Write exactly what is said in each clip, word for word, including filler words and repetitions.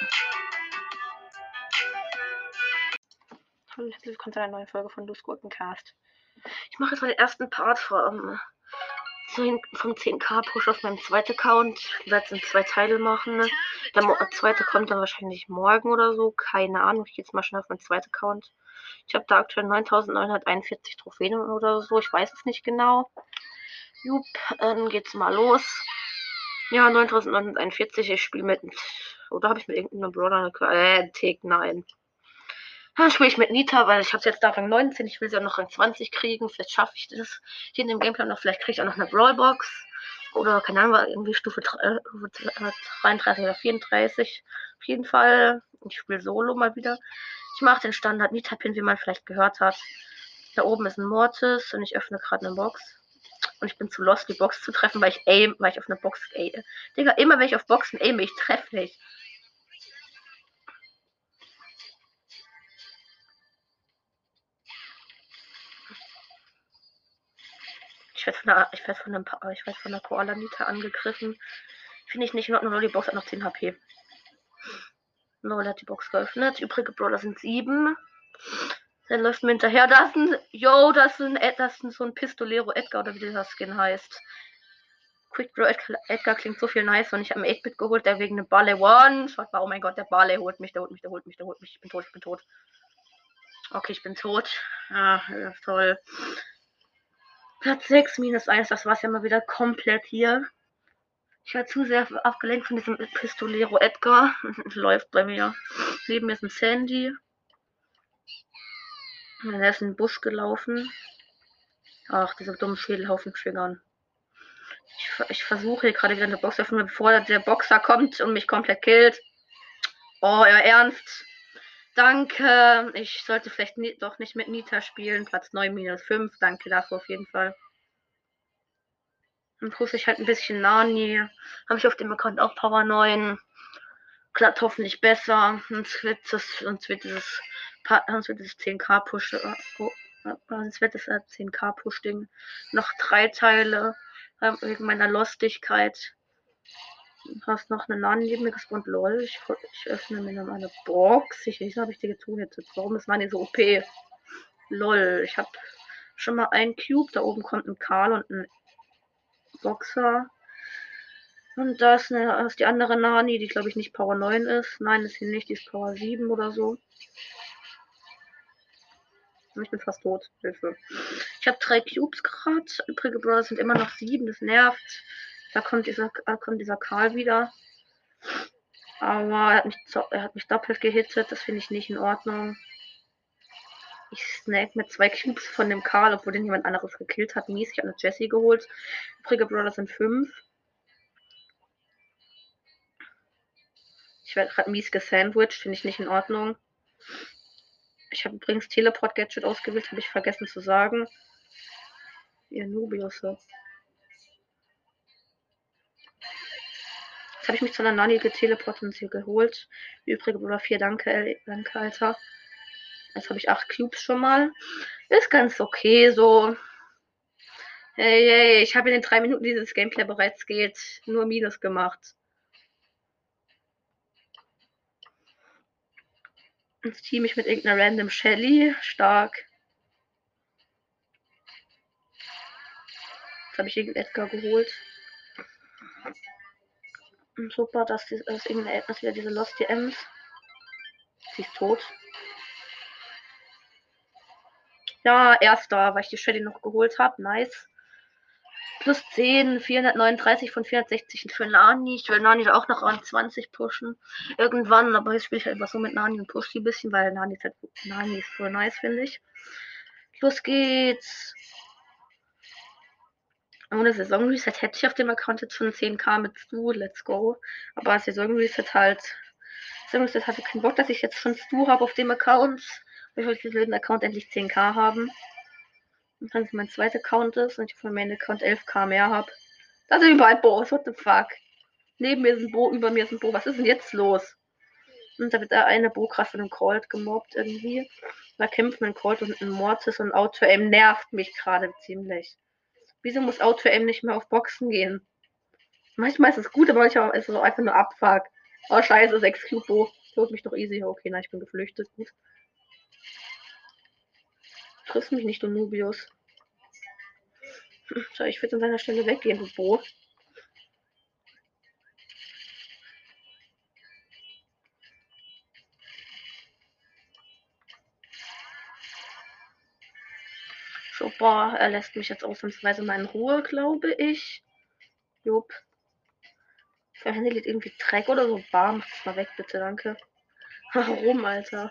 Hallo, herzlich willkommen zu einer neuen Folge von Loose Gurkencast. Ich mache jetzt mal den ersten Part vom, vom zehn K Push auf meinem zweiten Account. Ich werde es in zwei Teile machen. Der zweite kommt dann wahrscheinlich morgen oder so. Keine Ahnung. Ich gehe jetzt mal schnell auf meinen zweiten Account. Ich habe da aktuell neuntausendneunhunderteinundvierzig Trophäen oder so. Ich weiß es nicht genau. Jupp, dann geht's mal los. Ja, neuntausendneunhunderteinundvierzig. Ich spiele mit. Oder habe ich mit irgendeinem Brawler eine. Äh, Tick, nein. Dann spiele ich mit Nita, weil ich habe jetzt da Rang neunzehn, ich will sie ja noch Rang zwanzig kriegen. Vielleicht schaffe ich das hier in dem Gameplay noch. Vielleicht kriege ich auch noch eine Brawlbox. Oder keine Ahnung, irgendwie Stufe dreiunddreißig oder vierunddreißig. Auf jeden Fall. Ich spiele Solo mal wieder. Ich mache den Standard Nita-Pin, wie man vielleicht gehört hat. Da oben ist ein Mortis und ich öffne gerade eine Box. Und ich bin zu lost, die Box zu treffen, weil ich aim, weil ich auf eine Box aim. Digga, immer wenn ich auf Boxen aim, ich treffe nicht. Ich werde von der, ich werde von einem, ich werde von der Koala Nita angegriffen. Finde ich nicht in Ordnung. Lol, die Box hat noch zehn H P. Lol hat die Box geöffnet. Übrige Brawler sind sieben. Der läuft mir hinterher. Das ist ein, yo, das ist ein, das ist so ein Pistolero Edgar oder wie dieser Skin heißt. Quick Draw Edgar, Edgar klingt so viel nice und ich habe einen acht Bit geholt, der wegen einem Barley One. Oh mein Gott, der Barley holt mich, der holt mich, der holt mich, der holt mich. Ich bin tot, ich bin tot. Okay, ich bin tot. Ah, ja, toll. Platz sechs minus eins, das war's ja mal wieder komplett hier. Ich war zu sehr abgelenkt von diesem Pistolero Edgar. Läuft bei mir. Neben mir ist ein Sandy. Und er ist in den Busch gelaufen. Ach, diese dummen Schädelhaufen triggern. Ich, ich versuche hier gerade wieder eine Box zu öffnen, bevor der Boxer kommt und mich komplett killt. Oh, ja, ernst. Danke. Ich sollte vielleicht nie, doch nicht mit Nita spielen. Platz neun minus fünf. Danke dafür auf jeden Fall. Dann pushe ich halt ein bisschen Nani. Habe ich auf dem Account auch Power neun. Klappt hoffentlich besser. Sonst wird, das, sonst wird dieses, sonst wird dieses zehn K Push. Oh, sonst wird das zehn K Push Ding noch drei Teile. Wegen meiner Lostigkeit. Du hast noch eine Nani neben mir gespawnt. Lol. Ich, ich öffne mir dann eine Box. Ich weiß, habe ich dir getan jetzt. Warum ist Nani so O P? Lol. Ich habe schon mal einen Cube. Da oben kommt ein Karl und ein Boxer. Und da ist, eine, ist die andere Nani, die glaube ich nicht Power neun ist. Nein, ist sie nicht, die ist Power sieben oder so. Ich bin fast tot. Hilfe. Ich habe drei Cubes gerade. Übrige Brawler sind immer noch sieben, das nervt. Da kommt dieser, da kommt dieser Karl wieder. Aber er hat mich, er hat mich doppelt gehittet, das finde ich nicht in Ordnung. Ich snack mit zwei Cubes von dem Karl, obwohl den jemand anderes gekillt hat. Mies, ich habe eine Jessie geholt. Übrige Brawler sind fünf. Ich werde gerade mies gesandwiched, finde ich nicht in Ordnung. Ich habe übrigens Teleport-Gadget ausgewählt, habe ich vergessen zu sagen. Ihr Nubius. Jetzt habe ich mich zu einer Nani geteleportet und sie geholt. Übrige Bruder vier, danke, danke, Alter. Jetzt habe ich acht Cubes schon mal. Ist ganz okay so. Hey, hey, ich habe in den drei Minuten dieses Gameplay bereits geht nur Minus gemacht. Jetzt team ich mit irgendeiner random Shelly. Stark. Jetzt habe ich irgendeinen Edgar geholt. Und super, dass das ist irgendeine Edgar wieder diese Lost D Ms. Sie ist tot. Ja, erster, weil ich die Shelly noch geholt habe. Nice. Plus zehn, vierhundertneununddreißig von vierhundertsechzig für Nani. Ich will Nani auch noch an zwanzig pushen. Irgendwann, aber jetzt spiele ich halt einfach so mit Nani und push die ein bisschen, weil Nani ist, halt, Nani ist voll nice, finde ich. Los geht's. Ohne Saison Reset hätte ich auf dem Account jetzt schon zehn K mit Stu. Let's go. Aber Saison Reset halt. Saison Reset hatte keinen Bock, dass ich jetzt schon Stu habe auf dem Account. Ich wollte den Account endlich zehn K haben. Und dann mein zweiter Account ist und ich von meinem Account elf K mehr habe. Da sind überall Bo's, what the fuck. Neben mir ist ein Bo, über mir ist ein Bo. Was ist denn jetzt los? Und da wird da eine Bo krass von einem Colt gemobbt irgendwie. Da kämpfen ein Colt und ein Mortis und Auto-Aim nervt mich gerade ziemlich. Wieso muss Auto-Aim nicht mehr auf Boxen gehen? Manchmal ist es gut, aber manchmal ist es auch einfach nur Abfuck. Oh, scheiße, sechs Cubo. Tut mich doch easy. Okay, nein, ich bin geflüchtet. Gut. Triffst mich nicht, du Nubius. Hm, ich würde an seiner Stelle weggehen, du Bo. So, boah, er lässt mich jetzt ausnahmsweise mal in Ruhe, glaube ich. Jupp. Sein Handy liegt irgendwie Dreck oder so. Bam, mach das mal weg, bitte, danke. Warum, Alter?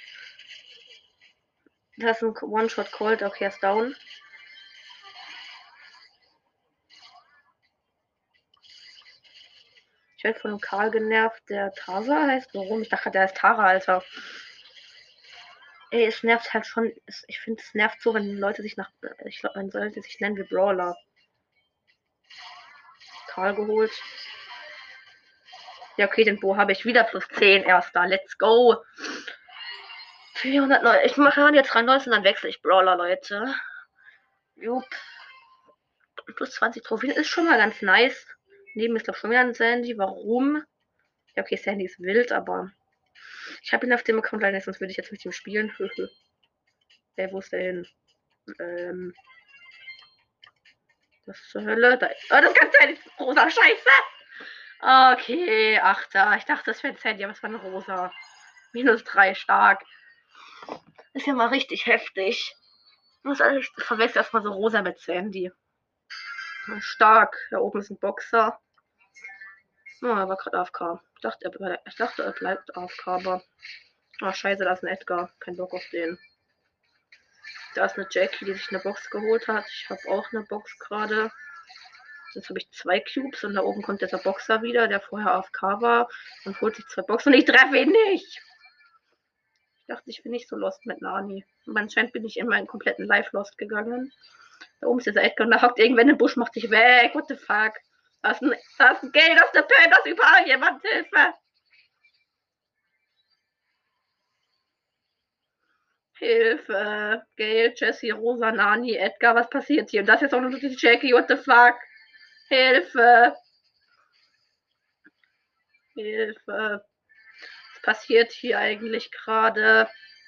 Das ist ein One-Shot-Cold. Okay, er ist down. Ich werde von einem Karl genervt, der Tasa heißt. Warum? Ich dachte, der ist Tara, Alter. Ey, es nervt halt schon. Ich finde, es nervt so, wenn Leute sich nach. Ich glaube, man sollte sich nennen wie Brawler. Karl geholt. Ja, okay, den Bo habe ich wieder plus zehn. Erster. Let's go. vierhundert. Ich mache jetzt dreiundneunzig und dann wechsle ich Brawler, Leute. Jupp. Plus zwanzig Trophäen ist schon mal ganz nice. Neben ist, glaube ich, schon wieder ein Sandy. Warum? Ja, okay, Sandy ist wild, aber ich habe ihn auf dem Account leider, sonst würde ich jetzt mit ihm spielen. Hey, wo ist der hin? Ähm. Was zur Hölle? Da, oh, das kann sein, rosa Scheiße. Okay, Achter. Ich dachte, das wäre ein Sandy, aber es war eine rosa. Minus drei stark. Ist ja mal richtig heftig. Ich muss eigentlich verwechseln erstmal so rosa mit Sandy. Stark. Da oben ist ein Boxer. Oh, er war gerade A F K. Ich dachte, er, ich dachte, er bleibt A F K, aber. Oh, scheiße, da ist ein Edgar. Kein Bock auf den. Da ist eine Jackie, die sich eine Box geholt hat. Ich habe auch eine Box gerade. Jetzt habe ich zwei Cubes und da oben kommt jetzt der Boxer wieder, der vorher A F K war und holt sich zwei Boxen und ich treffe ihn nicht. Ich dachte, ich bin nicht so lost mit Nani. Und anscheinend bin ich in meinen kompletten Live-Lost gegangen. Da oben ist dieser Edgar und da hockt irgendwer in den Busch, macht sich weg. What the fuck? Da ist ein, da ist ein Geld auf der Pen, da ist überall jemand. Hilfe! Hilfe! Gail, Jessie, Rosa, Nani, Edgar, was passiert hier? Und das ist jetzt auch noch die Jackie, what the fuck? Hilfe! Hilfe! Was passiert hier eigentlich gerade?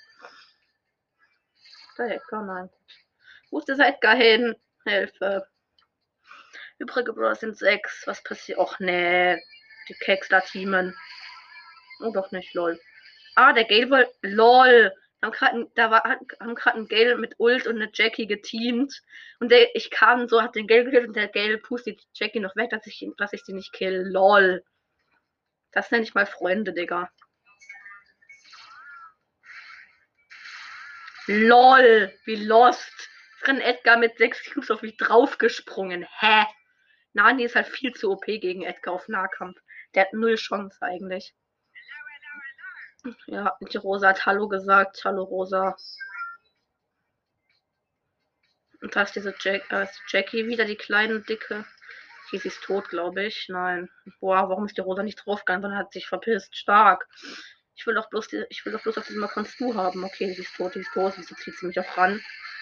Der Edgar, nein. Wo ist dieser Edgar hin? Hilfe. Übrige Brawler sind sechs. Was passiert? Och, nee. Die Keks da teamen. Oh, doch nicht, lol. Ah, der Gale wohl. Lol. Haben grad, da war, haben gerade ein Gale mit Ult und eine Jackie geteamt. Und der, ich kam so, hab den Gale gekillt und der Gale pustet die Jackie noch weg, dass ich, dass ich sie nicht kill. Lol. Das nenne ich mal Freunde, Digga. Lol. Wie lost. Ist gerade ein Edgar mit sechs Cubes auf mich draufgesprungen. Hä? Nani ist halt viel zu O P gegen Edgar auf Nahkampf. Der hat null Chance eigentlich. Ja, die Rosa hat Hallo gesagt. Hallo Rosa. Und da ist diese Jack, äh, ist Jackie wieder, die kleine, dicke. Okay, sie ist tot, glaube ich. Nein. Boah, warum ist die Rosa nicht draufgegangen? Sondern hat sich verpisst. Stark. Ich will doch bloß, die, ich will doch bloß auf diesem Account Stu haben. Okay, sie ist tot, sie ist tot. Wieso zieht sie mich auch ran?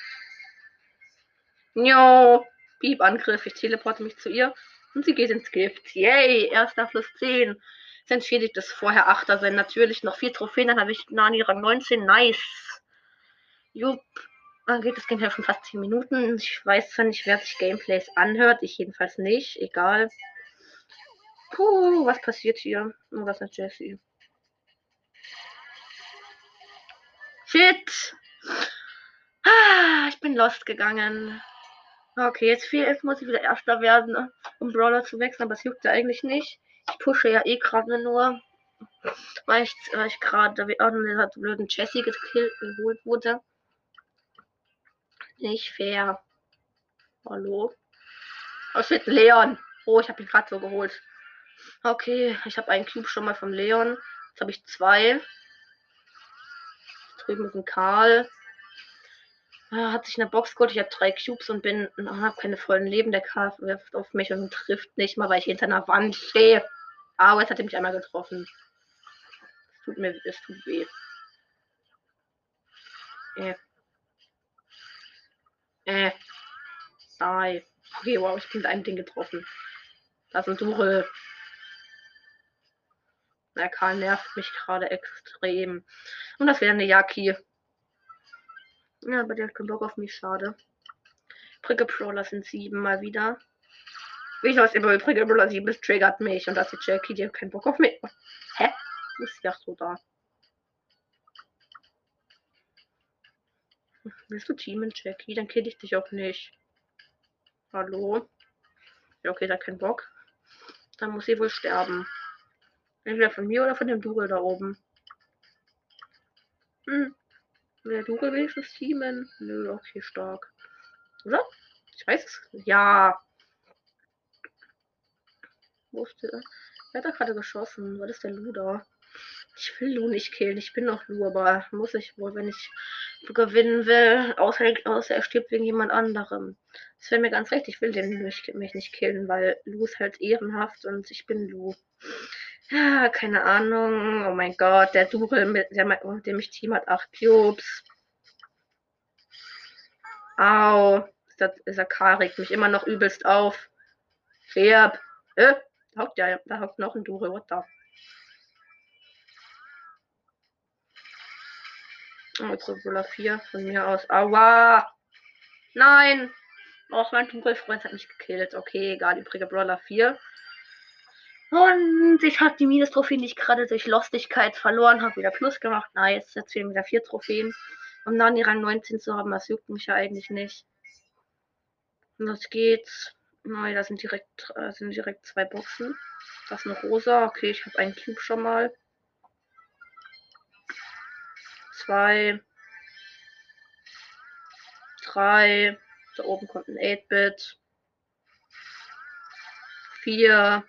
Jo. Piep, Angriff. Ich teleporte mich zu ihr. Und sie geht ins Gift. Yay, erster plus zehn. Es entschädigt das vorher Achter sein. Natürlich noch vier Trophäen, dann habe ich Nani Rang neunzehn. Nice. Jupp. Dann geht das Game ja schon fast zehn Minuten. Ich weiß zwar nicht, wer sich Gameplays anhört. Ich jedenfalls nicht. Egal. Puh, was passiert hier? Oh, das ist Jessie. Shit. Ah, ich bin lost gegangen. Okay, jetzt, viel, jetzt muss ich wieder Erster werden, um Brawler zu wechseln, aber es juckt ja eigentlich nicht. Ich pushe ja eh gerade nur, weil ich, weil ich gerade an dieser blöden Jessie gekillt geholt wurde. Nicht fair. Hallo? Oh shit, Leon. Oh, ich habe ihn gerade so geholt. Okay, ich habe einen Cube schon mal von Leon. Jetzt habe ich zwei. Drüben ist ein Karl. Er hat sich eine Box geholt. Ich habe drei Cubes und bin habe keine vollen Leben. Der Karl wirft auf mich und trifft nicht mal, weil ich hinter einer Wand stehe. Aber jetzt hat er mich einmal getroffen. Es tut mir, es tut weh. Äh. Äh. Die. Okay, wow, ich bin mit einem Ding getroffen. Das ist ein Durel. Der Karl nervt mich gerade extrem. Und das wäre eine Yaki. Ja, aber der hat keinen Bock auf mich, schade. Pricke Brawler sind sieben mal wieder. Wie ich aus immer Pricke Brawler sieben ist, triggert mich. Und das ist die Jackie, die hat keinen Bock auf mich. Hä? Wo ist ja so da? Willst du teamen, Jackie? Dann kill ich dich auch nicht. Hallo? Ja, okay, da hat keinen Bock. Dann muss sie wohl sterben. Entweder von mir oder von dem Dougal da oben. Hm. Will der Dougal wenigstens teamen? Nö, okay, stark. Oder? Ich weiß es. Ja. Wo ist der? Wer hat da gerade geschossen? Was ist der Lu da? Ich will Lu nicht killen. Ich bin noch Lu, aber muss ich wohl, wenn ich gewinnen will. Außer, außer er stirbt wegen jemand anderem. Das wäre mir ganz recht. Ich will den nicht, mich nicht killen, weil Lu ist halt ehrenhaft und ich bin Lu. Ja, keine Ahnung. Oh mein Gott, der Dougal, mit, der, mit dem ich Team hat, acht Cubes. Au. Das, dieser Karl regt mich immer noch übelst auf. Stirb. Äh, da hockt ja, da hockt noch ein Dougal. What the? Oh, Brawler vier von mir aus. Aua. Nein. Auch mein Dunkelfreund hat mich gekillt. Okay, egal, übrige Brawler vier. Und ich habe die Minus-Trophäen, die ich gerade durch Lostigkeit verloren habe, wieder Plus gemacht. Nice, jetzt fehlen wieder vier Trophäen. Um dann die Rang neunzehn zu haben, das juckt mich ja eigentlich nicht. Und los geht's. Nein, da sind direkt, äh, sind direkt zwei Boxen. Das ist eine rosa. Okay, ich habe einen Cube schon mal. Zwei. Drei. Da oben kommt ein acht-Bit. Vier.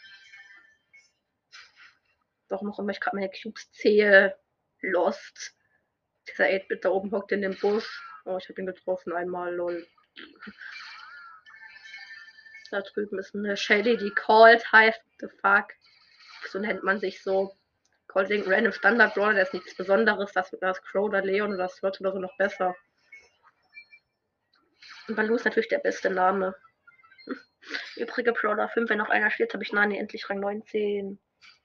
Warum auch immer ich gerade meine Cubes zähle. Lost. Dieser acht-Bit da oben hockt in dem Busch. Oh, ich habe ihn getroffen einmal, lol. Da drüben ist eine Shelly, die Called heißt. The fuck. So nennt man sich so. Called irgendein random Standard Brawler, der ist nichts Besonderes. Das wird das Crow oder Leon oder das wird oder so noch besser. Und Baloo ist natürlich der beste Name. Übrige Brawler fünf, wenn noch einer steht, habe ich Nani endlich Rang neunzehn.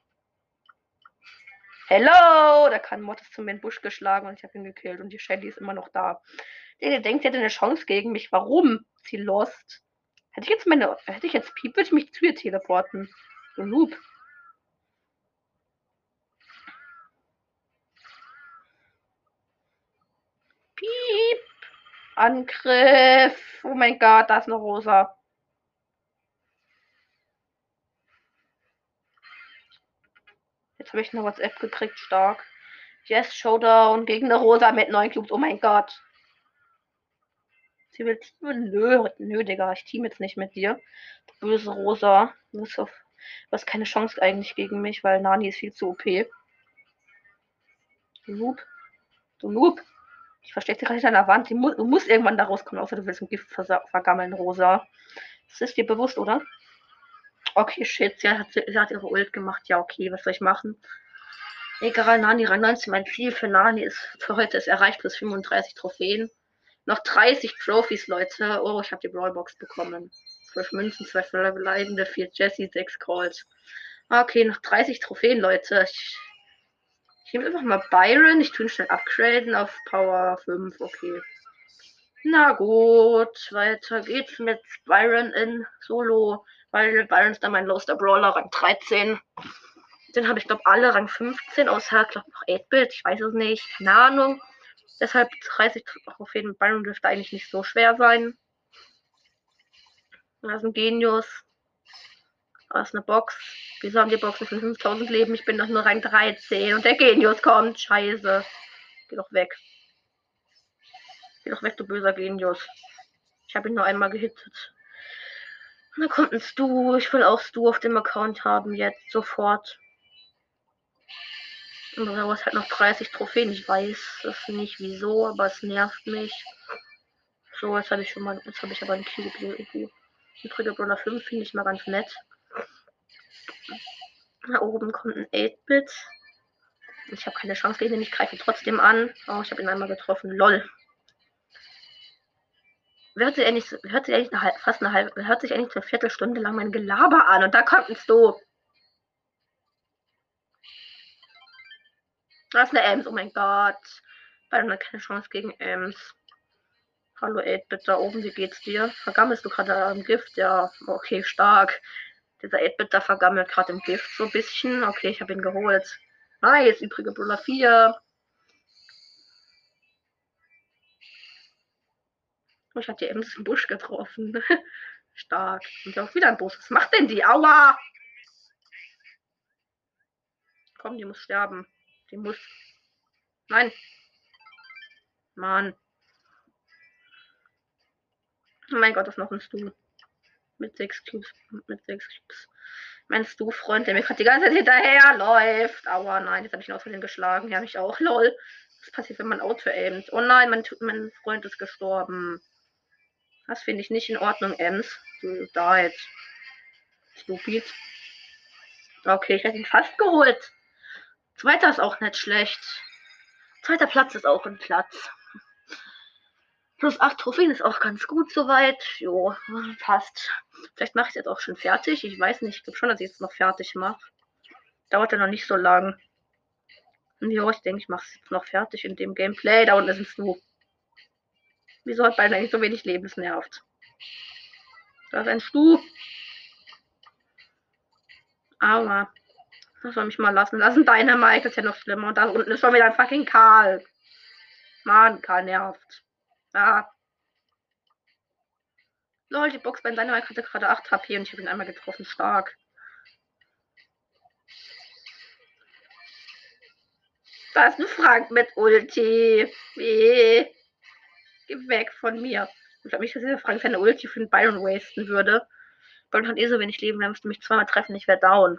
Hello! Da kann Mortis zu mir in den Busch geschlagen und ich habe ihn gekillt und die Shelly ist immer noch da. Der, der denkt, sie hätte eine Chance gegen mich. Warum? Sie lost. Hätte ich jetzt meine. Hätte ich jetzt Piep, würde ich mich zu ihr teleporten. So Noob. Piep. Angriff. Oh mein Gott, da ist eine Rosa. Jetzt habe ich eine WhatsApp gekriegt, stark. Yes, Showdown gegen eine Rosa mit neun Cubes. Oh mein Gott. Sie will teamen? Nö, nö, Digga, ich team jetzt nicht mit dir. Böse Rosa. Du hast keine Chance eigentlich gegen mich, weil Nani ist viel zu O P. Du Noob. Du Noob. Ich verstehe dich gerade hinter einer Wand. Mu du musst irgendwann da rauskommen, außer du willst ein Gift vergammeln, Rosa. Das ist dir bewusst, oder? Okay, shit, sie hat, sie hat ihre Ult gemacht. Ja, okay, was soll ich machen? Egal, Nani, Rang neunzehn, mein Ziel für Nani ist für heute ist erreicht, plus fünfunddreißig Trophäen. Noch dreißig Trophies, Leute. Oh, ich habe die Brawlbox bekommen. zwölf Münzen, zwei verbleibende, vier Jessie, sechs Calls. Okay, noch dreißig Trophäen, Leute. Ich, ich nehme einfach mal Byron. Ich tue ihn schnell upgraden auf Power fünf. Okay. Na gut, weiter geht's mit Byron in Solo. Weil Byron ist dann mein Lowster Brawler, Rang dreizehn. Den habe ich, glaube alle Rang fünfzehn, außer, glaube noch acht-Bit. Ich weiß es nicht. Keine Ahnung. Deshalb dreißig Trophäen mit Byron dürfte eigentlich nicht so schwer sein. Da ist ein Genius. Da ist eine Box. Wieso haben die Boxen für fünftausend Leben? Ich bin doch nur Rang dreizehn und der Genius kommt. Scheiße. Geh doch weg. Geh doch weg, du böser Genius. Ich habe ihn nur einmal gehittet. Da kommt ein Stu. Ich will auch Stu auf dem Account haben. Jetzt sofort. Und du hast halt noch dreißig Trophäen. Ich weiß es nicht wieso, aber es nervt mich. So, jetzt habe ich schon mal. Jetzt habe ich aber einen Cube irgendwie. Übrige Brawler fünf finde ich mal ganz nett. Da oben kommt ein acht-Bit. Ich habe keine Chance gegen ihn. Ich greife ihn trotzdem an. Oh, ich habe ihn einmal getroffen. Lol. Hört sich eigentlich, hört sich eigentlich eine, fast eine halbe, hört sich eigentlich eine Viertelstunde lang mein Gelaber an und da kommt ein Sto. Das ist eine Ems, oh mein Gott. Beide keine Chance gegen Ems. Hallo acht-Bit da oben, wie geht's dir? Vergammelst du gerade am Gift? Ja, okay, stark. Dieser acht-Bit da vergammelt gerade im Gift so ein bisschen. Okay, ich habe ihn geholt. Nice, übrige Brawler vier. Oh, ich hatte eben einen Busch getroffen. Stark. Und auch wieder ein Busch. Was macht denn die? Aua! Komm, die muss sterben. Die muss. Nein. Mann. Oh mein Gott, das ist noch ein Stu. Mit sechs Cubes. Mit sechs Cubes. Mein Stu-Freund, der mir gerade die ganze Zeit hinterher läuft. Aua, nein, jetzt habe ich ihn aus Versehen geschlagen. Ja, mich auch. Lol. Was passiert, wenn man Auto aimt? Oh nein, mein, mein Freund ist gestorben. Das finde ich nicht in Ordnung, Ems. Du da jetzt. Stupid. Okay, ich hätte ihn fast geholt. Zweiter ist auch nicht schlecht. Zweiter Platz ist auch ein Platz. Plus acht Trophäen ist auch ganz gut soweit. Jo, passt. Vielleicht mache ich es jetzt auch schon fertig. Ich weiß nicht. Ich glaube schon, dass ich es jetzt noch fertig mache. Dauert ja noch nicht so lang. Jo, ich denke, ich mache es jetzt noch fertig in dem Gameplay. Da unten ist ein Stu. Wieso hat beinahe eigentlich so wenig Lebensnervt? Da ist ein Stu. Aua. Das soll mich mal lassen. Das ist ein Dynamite. Das ist ja noch schlimmer. Und da unten ist schon wieder ein fucking Karl. Mann, Karl nervt. Ah. Lol, die Box bei Dynamite hatte gerade acht H P und ich habe ihn einmal getroffen. Stark. Da ist ein Frank mit Ulti. Weh. Geh weg von mir. Ich glaube nicht, dass dieser Frank seine Ulti für den Byron wasten würde. Byron hat eh so wenig Leben, dann müsste mich zweimal treffen, ich wäre down.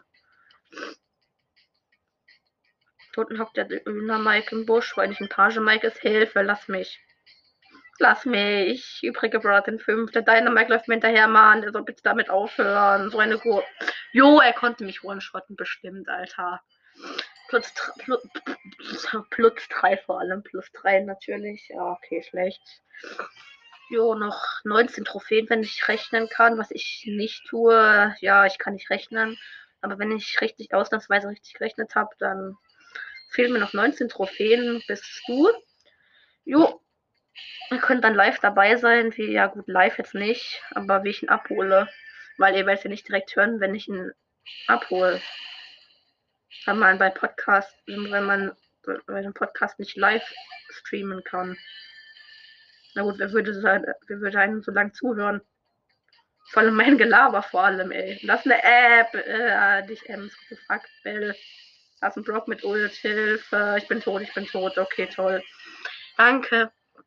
Toten hockt der Döner Mike im Busch, weil ich ein Page Mike ist. Hilfe, lass mich. Lass mich. Übrige Brother fünf. Der Dynamite läuft mir hinterher, Mann. Der soll bitte damit aufhören. So eine Gur. Jo, er konnte mich one-shotten bestimmt, Alter. Plus, plus, plus drei vor allem. Plus drei natürlich. Ja, okay, schlecht. Jo, noch neunzehn Trophäen, wenn ich rechnen kann, was ich nicht tue. Ja, ich kann nicht rechnen. Aber wenn ich richtig ausnahmsweise richtig gerechnet habe, dann fehlen mir noch neunzehn Trophäen bis du. Jo, ihr könnt dann live dabei sein. Wie, ja gut, live jetzt nicht, aber wie ich ihn abhole. Weil ihr werdet ja nicht direkt hören, wenn ich ihn abhole. Wenn man bei Podcast, wenn man bei dem Podcast nicht live streamen kann. Na gut, wer würde, wer würde einem so lange zuhören? Vor allem mein Gelaber vor allem, ey. Das ist eine App. Äh, dich Ems gefragt, Bell. Da ist ein Brock mit Ult, Hilfe. Ich bin tot, ich bin tot. Okay, toll. Danke.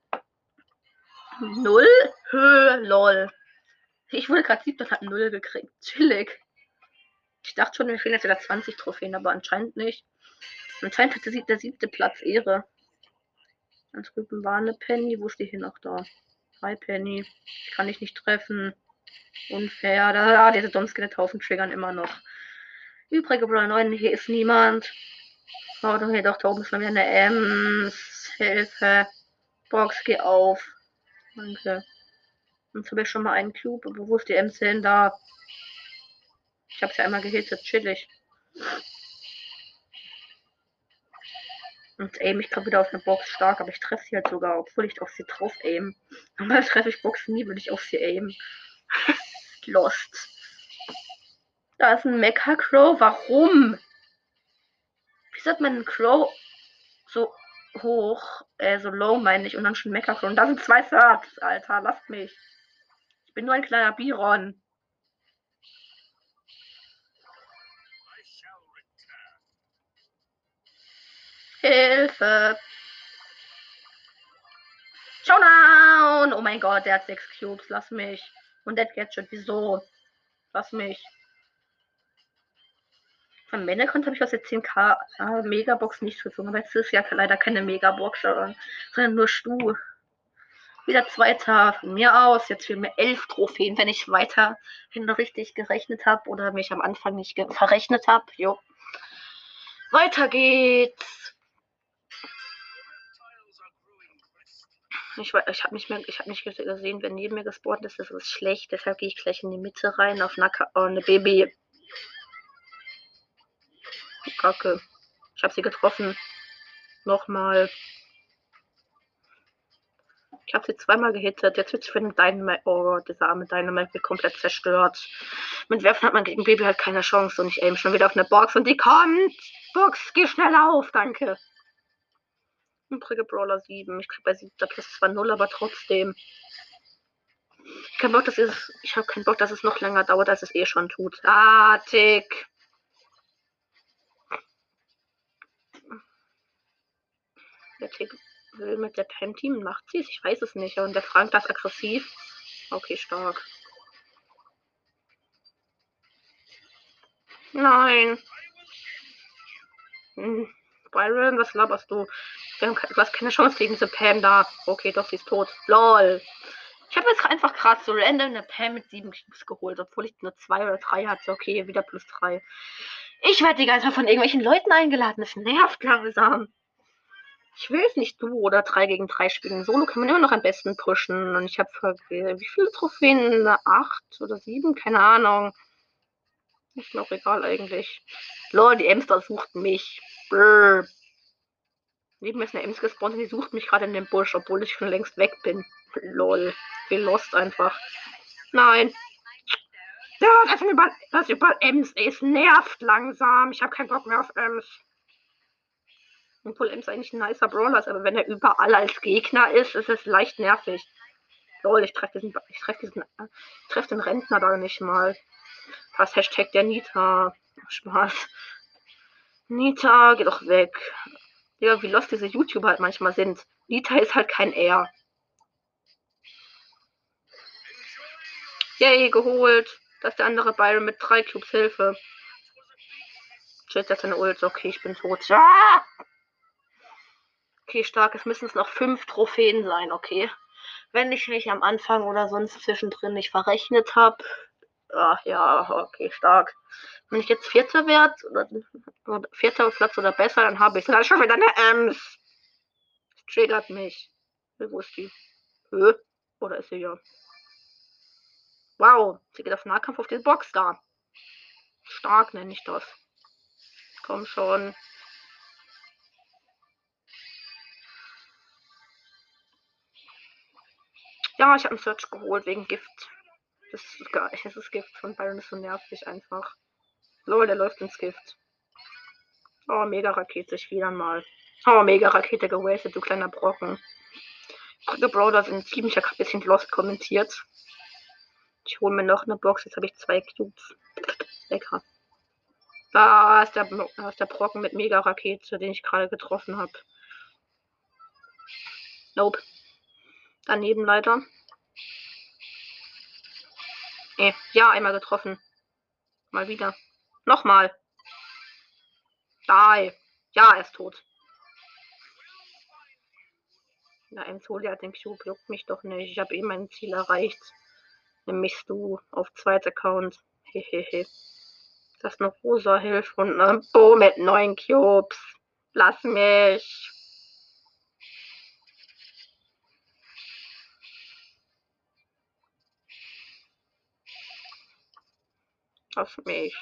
Null? Höhe, lol. Ich wurde gerade siebter und hab null gekriegt. Chillig. Ich dachte schon, wir fehlen jetzt wieder zwanzig Trophäen, aber anscheinend nicht. Anscheinend hatte der siebte Platz Ehre. Ganz drüben war eine Penny. Wo ist die hin? Auch da. Hi Penny. Ich kann dich nicht treffen. Unfair. Da, ah, diese Dummskelethaufen triggern immer noch. Übrige Brawler neun, hier ist niemand. Oh, hier doch, da oben ist mal wieder eine Ems. Hilfe. Box, geh auf. Danke. Jetzt habe ich schon mal einen Cube. Aber wo ist die Ems hin? Da. Ich habe sie einmal gehittet. Chillig. Und aim ich gerade wieder auf eine Box stark, aber ich treffe sie halt sogar, obwohl ich auf sie drauf aim. Aber treffe ich Boxen nie, will ich auf sie aim. Lost. Da ist ein Mecha Crow. Warum? Wieso hat man einen Crow so hoch, äh, so low meine ich, und dann schon Mecha Crow? Und da sind zwei Thirds, Alter. Lasst mich. Ich bin nur ein kleiner Biron. Hilfe. Showdown. Oh mein Gott, der hat sechs Cubes. Lass mich. Und Dead Gadget, wieso? Lass mich. Von Manacon habe ich aus der zehn K äh, Megabox nicht gezogen, aber jetzt ist ja leider keine Megabox, sondern nur Stu. Wieder zweiter von mir aus. Jetzt fehlen mir elf Trophäen, wenn ich weiterhin richtig gerechnet habe oder mich am Anfang nicht verrechnet habe. Jo. Weiter geht's. Ich, ich habe nicht, hab nicht gesehen, wer neben mir gespawnt ist. Das ist schlecht. Deshalb gehe ich gleich in die Mitte rein auf eine, oh, eine Baby. Kacke. Ich habe sie getroffen. Nochmal. Ich habe sie zweimal gehittet. Jetzt wird sie für den Dynamite. Oh Gott, dieser arme Dynamite wird komplett zerstört. Mit Werfen hat man gegen Baby halt keine Chance. Und ich aim schon wieder auf eine Box und die kommt. Box, geh schnell auf, danke. Übrige Brawler sieben. Ich krieg bei siebter plus zwei null, aber trotzdem. Kein Bock, dass es, ich habe keinen Bock, dass es noch länger dauert, als es eh schon tut. Ah, Tick. Der Tick will mit der Pam Team macht sie es. Ich weiß es nicht. Und der Frank das aggressiv. Okay, stark. Nein. Hm. Byron, was laberst du? Wir haben, du hast keine Chance gegen diese Pam da. Okay, doch, sie ist tot. Lol. Ich habe jetzt einfach gerade so random eine Pam mit sieben Cubes geholt, obwohl ich nur zwei oder drei hatte. Okay, wieder plus drei. Ich werde die ganze Zeit von irgendwelchen Leuten eingeladen. Das nervt langsam. Ich will es nicht Duo oder drei gegen drei spielen. Solo kann man immer noch am besten pushen. Und ich habe wie viele Trophäen? acht oder sieben? Keine Ahnung. Ist mir auch egal eigentlich. Lol, die Emster sucht mich. Brr. Neben mir ist eine Ems gespawnt und die sucht mich gerade in dem Busch, obwohl ich schon längst weg bin. Lol. Viel lost einfach. Nein. Ja, das sind über, das über Ems. Es nervt langsam. Ich habe keinen Bock mehr auf Ems. Obwohl Ems eigentlich ein nicer Brawler ist, aber wenn er überall als Gegner ist, ist es leicht nervig. Lol, ich treffe diesen, ich treffe diesen, ich treffe den Rentner da nicht mal. Was Hashtag der Nita. Spaß. Nita, geh doch weg. Ja, wie lost diese YouTuber halt manchmal sind. Nita ist halt kein R. Yay, geholt. Das ist der andere Byron mit drei Cubes Hilfe. Shit, das ist eine Ult. Okay, ich bin tot. Ah! Okay, stark. Es müssen es noch fünf Trophäen sein, okay. Wenn ich mich am Anfang oder sonst zwischendrin nicht verrechnet habe. Ach ja, okay, stark. Wenn ich jetzt Vierter werde, oder, oder Vierter Platz oder besser, dann habe ich dann schon wieder eine Ems. Das triggert mich. Wo ist die? Hö? Oder ist sie ja? Wow, sie geht auf Nahkampf auf die Box da. Stark nenne ich das. Komm schon. Ja, ich habe einen Search geholt wegen Gift. Das ist geil. Das ist Gift von Byron ist so nervig einfach. Lol, der läuft ins Gift. Oh, Mega-Rakete, ich wieder mal. Oh, Mega-Rakete gewastet, du kleiner Brocken. Brücke Brawler sind Team, ich habe ein bisschen Lost kommentiert. Ich hole mir noch eine Box, jetzt habe ich zwei Cubes. Lecker. Da ist der, da ist der Brocken mit Mega-Rakete, den ich gerade getroffen habe. Nope. Daneben leider. Eh, ja, einmal getroffen. Mal wieder. Nochmal. Die. Ja, er ist tot. Na, ein Soli hat den Cube, juckt mich doch nicht. Ich habe eh mein Ziel erreicht. Nämlich du auf zweiter Account. Hehehe. Das ist eine rosa Hilfe und eine Bo mit neun Cubes. Lass mich. Lass mich.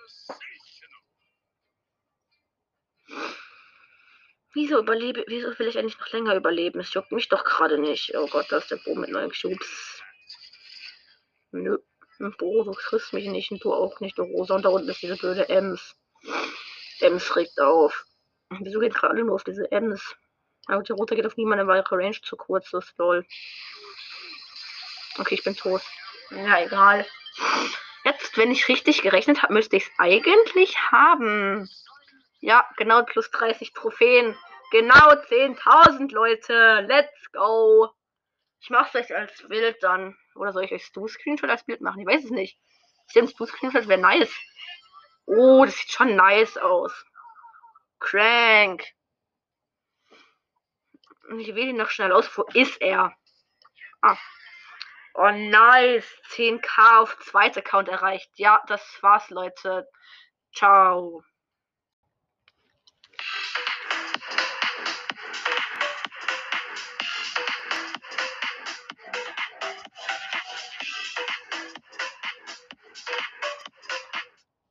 Wieso überlebe, wieso will ich eigentlich noch länger überleben? Es juckt mich doch gerade nicht. Oh Gott, da ist der Bo mit neun Cubes. Nö. Bo, du kriegst mich nicht und du auch nicht, du Rosa. Und da unten ist diese blöde Ems. Ems regt auf. Wieso geht gerade nur auf diese Ems? Aber die rote geht auf niemanden, weil ihre Range zu kurz ist. Lol. Okay, ich bin tot. Ja, egal. Jetzt, wenn ich richtig gerechnet habe, müsste ich es eigentlich haben. Ja, genau, plus dreißig Trophäen. Genau zehntausend, Leute. Let's go. Ich mache es euch als Bild dann. Oder soll ich euch Stu-Screenshot als Bild machen? Ich weiß es nicht. Stimmt, Stu-Screenshot wäre nice. Oh, das sieht schon nice aus. Crank. Ich wähle ihn noch schnell aus. Wo ist er? Ah. Oh, nice. zehn K auf zweiter Account erreicht. Ja, das war's, Leute. Ciao.